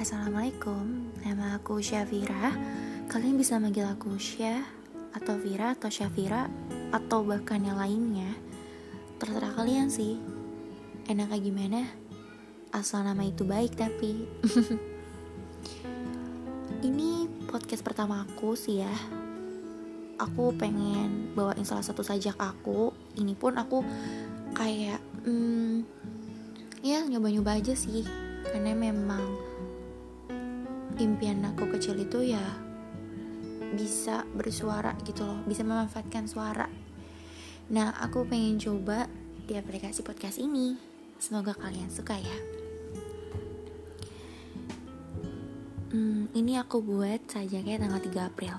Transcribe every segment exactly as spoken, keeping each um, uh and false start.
Assalamualaikum, nama aku Syafira. Kalian bisa manggil aku Syah, atau Vira, atau Syafira, atau bahkan yang lainnya. Terserah kalian sih. Enaknya gimana? Asal nama itu baik tapi. Ini podcast pertama aku sih ya. Aku pengen bawain salah satu sajak aku. Ini pun aku kayak hmm, ya nyoba-nyoba aja sih. Karena memang impian aku kecil itu ya bisa bersuara gitu loh, bisa memanfaatkan suara. Nah, aku pengen coba di aplikasi podcast ini. Semoga kalian suka ya. Hmm, ini aku buat sajaknya tanggal tiga April.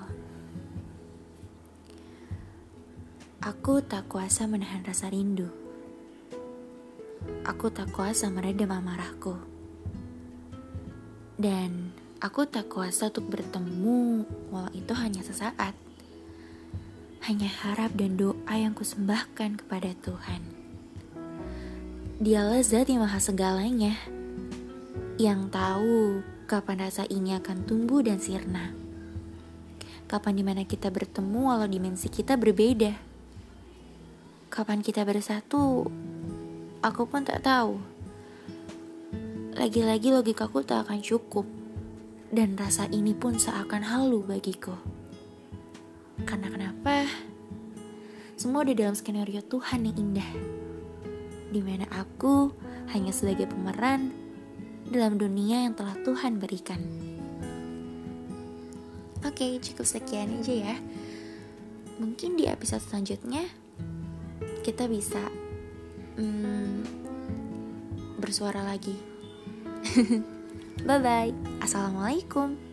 Aku tak kuasa menahan rasa rindu. Aku tak kuasa meredam amarahku. Dan aku tak kuasa untuk bertemu, walau itu hanya sesaat. Hanya harap dan doa yang kusembahkan kepada Tuhan. Dialah zat yang maha segalanya, yang tahu kapan rasa ini akan tumbuh dan sirna. Kapan dimana kita bertemu walau dimensi kita berbeda. Kapan kita bersatu, aku pun tak tahu. Lagi-lagi logikaku tak akan cukup. Dan rasa ini pun seakan halu bagiku. Karena kenapa? Semua di dalam skenario Tuhan yang indah, dimana aku hanya sebagai pemeran dalam dunia yang telah Tuhan berikan. Oke, cukup sekian aja ya. Mungkin di episode selanjutnya kita bisa hmm, bersuara lagi. Bye-bye. Assalamualaikum.